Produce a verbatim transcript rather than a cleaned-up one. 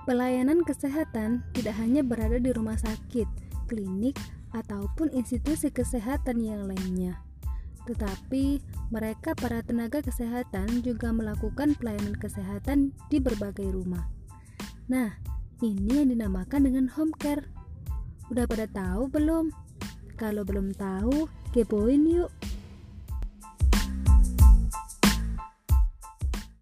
Pelayanan kesehatan tidak hanya berada di rumah sakit, klinik, ataupun institusi kesehatan yang lainnya, tetapi mereka para tenaga kesehatan juga melakukan pelayanan kesehatan di berbagai rumah. Nah, ini yang dinamakan dengan home care. Udah pada tahu belum? Kalau belum tahu, kepoin yuk.